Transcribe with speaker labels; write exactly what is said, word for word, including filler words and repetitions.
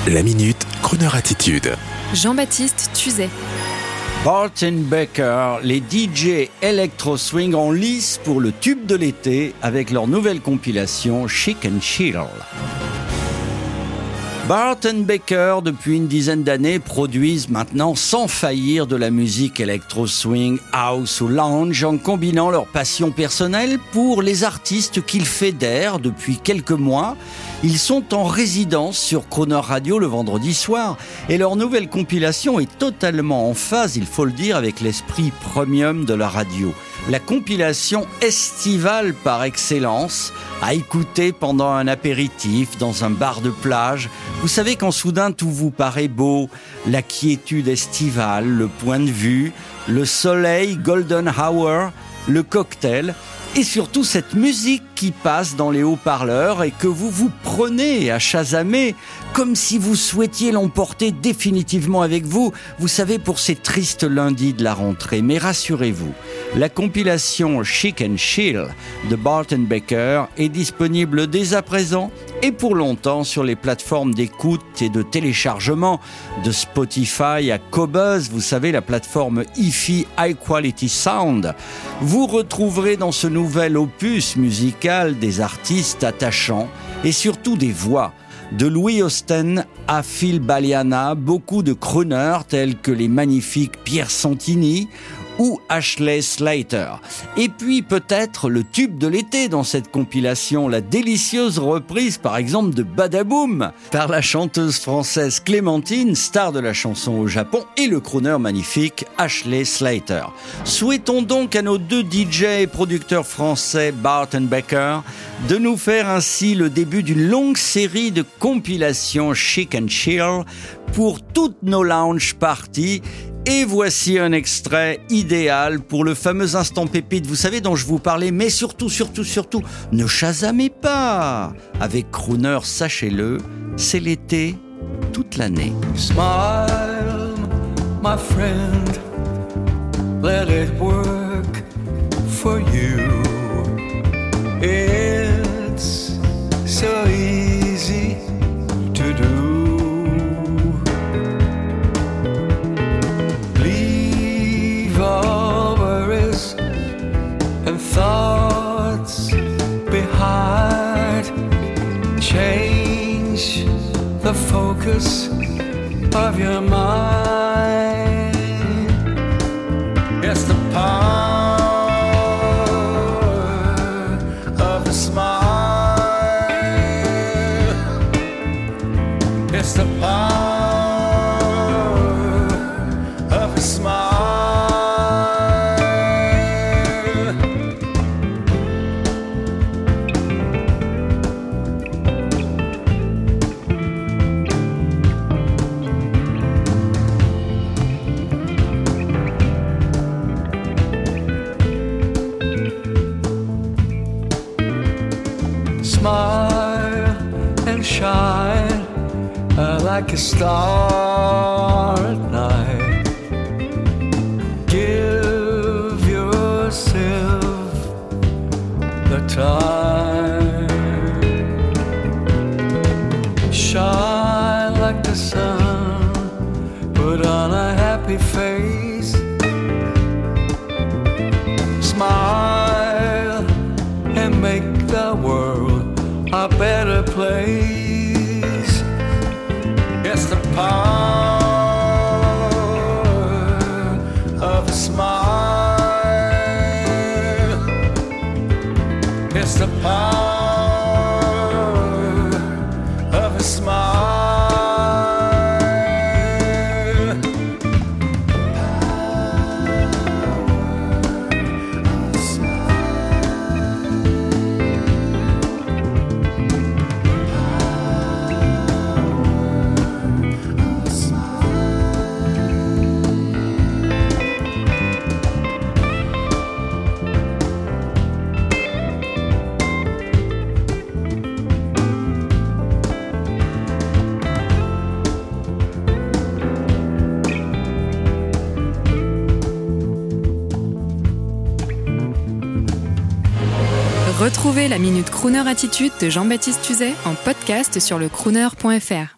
Speaker 1: La Minute Crooner Attitude.
Speaker 2: Jean-Baptiste Tuzet.
Speaker 3: Bart and Baker, les D J Electro Swing en lice pour le tube de l'été avec leur nouvelle compilation Chic and Chill. Bart and Baker, depuis une dizaine d'années, produisent maintenant sans faillir de la musique électro-swing, house ou lounge en combinant leur passion personnelle pour les artistes qu'ils fédèrent depuis quelques mois. Ils sont en résidence sur Crooner Radio le vendredi soir et leur nouvelle compilation est totalement en phase, il faut le dire, avec l'esprit premium de la radio. La compilation estivale par excellence, à écouter pendant un apéritif dans un bar de plage. Vous savez quand soudain tout vous paraît beau, la quiétude estivale, le point de vue, le soleil, golden hour, le cocktail et surtout cette musique qui passe dans les haut-parleurs et que vous vous prenez à chasamer comme si vous souhaitiez l'emporter définitivement avec vous, vous savez, pour ces tristes lundis de la rentrée. Mais rassurez-vous, la compilation Chic and Chill de Bart and Baker est disponible dès à présent et pour longtemps sur les plateformes d'écoute et de téléchargement de Spotify à Qobuz, vous savez, la plateforme hi-fi High Quality Sound. Vous retrouverez dans ce nouvel opus musical des artistes attachants et surtout des voix. De Louis Austen à Phil Baliana, beaucoup de crooners tels que les magnifiques Pierre Santini ou Ashley Slater. Et puis peut-être le tube de l'été dans cette compilation, la délicieuse reprise par exemple de Badaboom par la chanteuse française Clémentine, star de la chanson au Japon, et le crooner magnifique Ashley Slater. Souhaitons donc à nos deux D J et producteurs français Bart and Baker de nous faire ainsi le début d'une longue série de compilations Chic and Chill pour toutes nos lounge parties. Et voici un extrait idéal pour le fameux instant pépite, vous savez, dont je vous parlais, mais surtout, surtout, surtout, ne chasamez pas. Avec Crooner, sachez-le, c'est l'été toute l'année.
Speaker 4: Smile, my friend, let it work for you. It's so easy to do. Thoughts behind, change the focus of your mind. It's the power of a smile. It's the power of a smile. Smile and shine uh, like a star at night. Give yourself the time. Shine like the sun. Put on a happy face. Smile and make the world a better place. It's the power of a smile. It's the power of a smile.
Speaker 2: Retrouvez la Minute Crooner Attitude de Jean-Baptiste Tuzet en podcast sur le crooner point f r.